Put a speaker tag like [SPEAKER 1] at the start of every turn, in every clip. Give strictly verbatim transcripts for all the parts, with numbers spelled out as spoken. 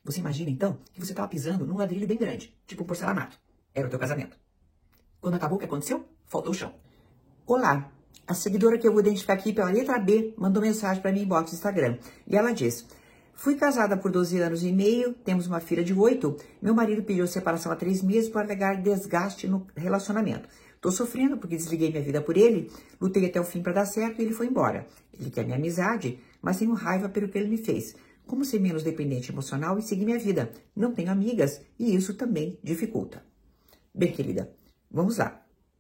[SPEAKER 1] Você imagina, então, que você estava pisando num ladrilho bem grande, tipo um porcelanato. Era o teu casamento. Quando acabou, o que aconteceu? Faltou o chão. Olá, a seguidora que eu vou identificar aqui pela letra B mandou mensagem para mim em box do Instagram. E ela diz: fui casada por doze anos e meio, temos uma filha de oito. Meu marido pediu separação há três meses para alegar desgaste no relacionamento. Tô sofrendo porque desliguei minha vida por ele, lutei até o fim para dar certo e ele foi embora. Ele quer minha amizade, mas tenho raiva pelo que ele me fez. Como ser menos dependente emocional e seguir minha vida? Não tenho amigas e isso também dificulta. Bem, querida, vamos lá.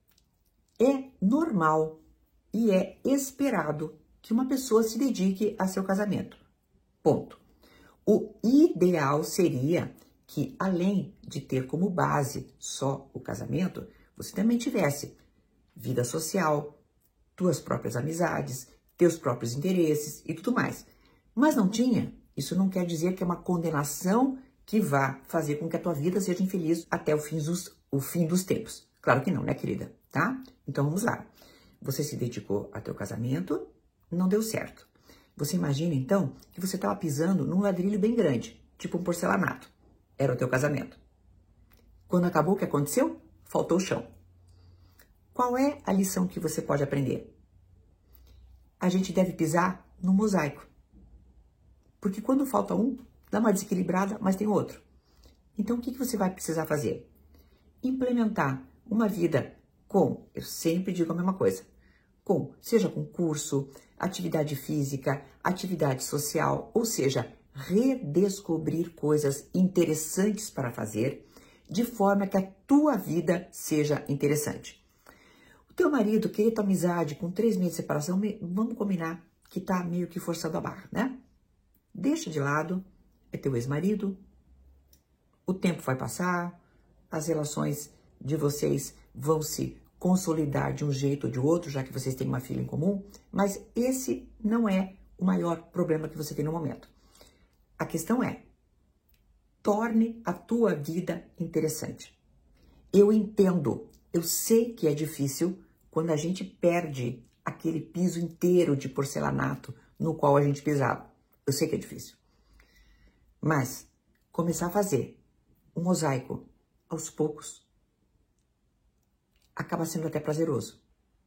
[SPEAKER 1] É normal e é esperado que uma pessoa se dedique a seu casamento. Ponto. O ideal seria que, além de ter como base só o casamento, você também tivesse vida social, tuas próprias amizades, teus próprios interesses e tudo mais. Mas não tinha, isso não quer dizer que é uma condenação que vá fazer com que a tua vida seja infeliz até o fim dos, o fim dos tempos. Claro que não, né, querida? Tá? Então vamos lá. Você se dedicou ao teu casamento, não deu certo. Você imagina, então, que você estava pisando num ladrilho bem grande, tipo um porcelanato. Era o teu casamento. Quando acabou, o que aconteceu? Faltou o chão. Qual é a lição que você pode aprender? A gente deve pisar no mosaico. Porque quando falta um, dá uma desequilibrada, mas tem outro. Então, o que você vai precisar fazer? Implementar uma vida com, eu sempre digo a mesma coisa, com, seja com curso, atividade física, atividade social, ou seja, redescobrir coisas interessantes para fazer, de forma que a tua vida seja interessante. O teu marido querer tua amizade com três meses de separação, vamos combinar que tá meio que forçando a barra, né? Deixa de lado, é teu ex-marido, o tempo vai passar, as relações de vocês vão se consolidar de um jeito ou de outro, já que vocês têm uma filha em comum, mas esse não é o maior problema que você tem no momento. A questão é, torne a tua vida interessante. Eu entendo, eu sei que é difícil quando a gente perde aquele piso inteiro de porcelanato no qual a gente pisava. Eu sei que é difícil. Mas começar a fazer um mosaico aos poucos acaba sendo até prazeroso.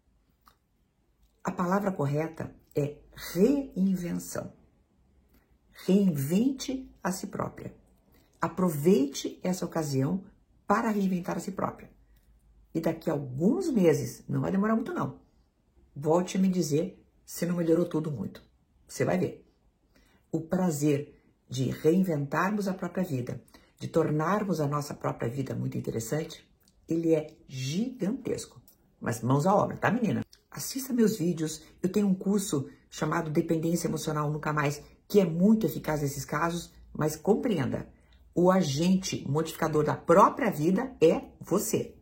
[SPEAKER 1] A palavra correta é reinvenção. Reinvente a si própria. Aproveite essa ocasião para reinventar a si própria. E daqui a alguns meses, não vai demorar muito não, volte a me dizer se não melhorou tudo muito. Você vai ver. O prazer de reinventarmos a própria vida, de tornarmos a nossa própria vida muito interessante, ele é gigantesco. Mas mãos à obra, tá, menina? Assista meus vídeos. Eu tenho um curso chamado Dependência Emocional Nunca Mais, que é muito eficaz nesses casos, mas compreenda, o agente modificador da própria vida é você.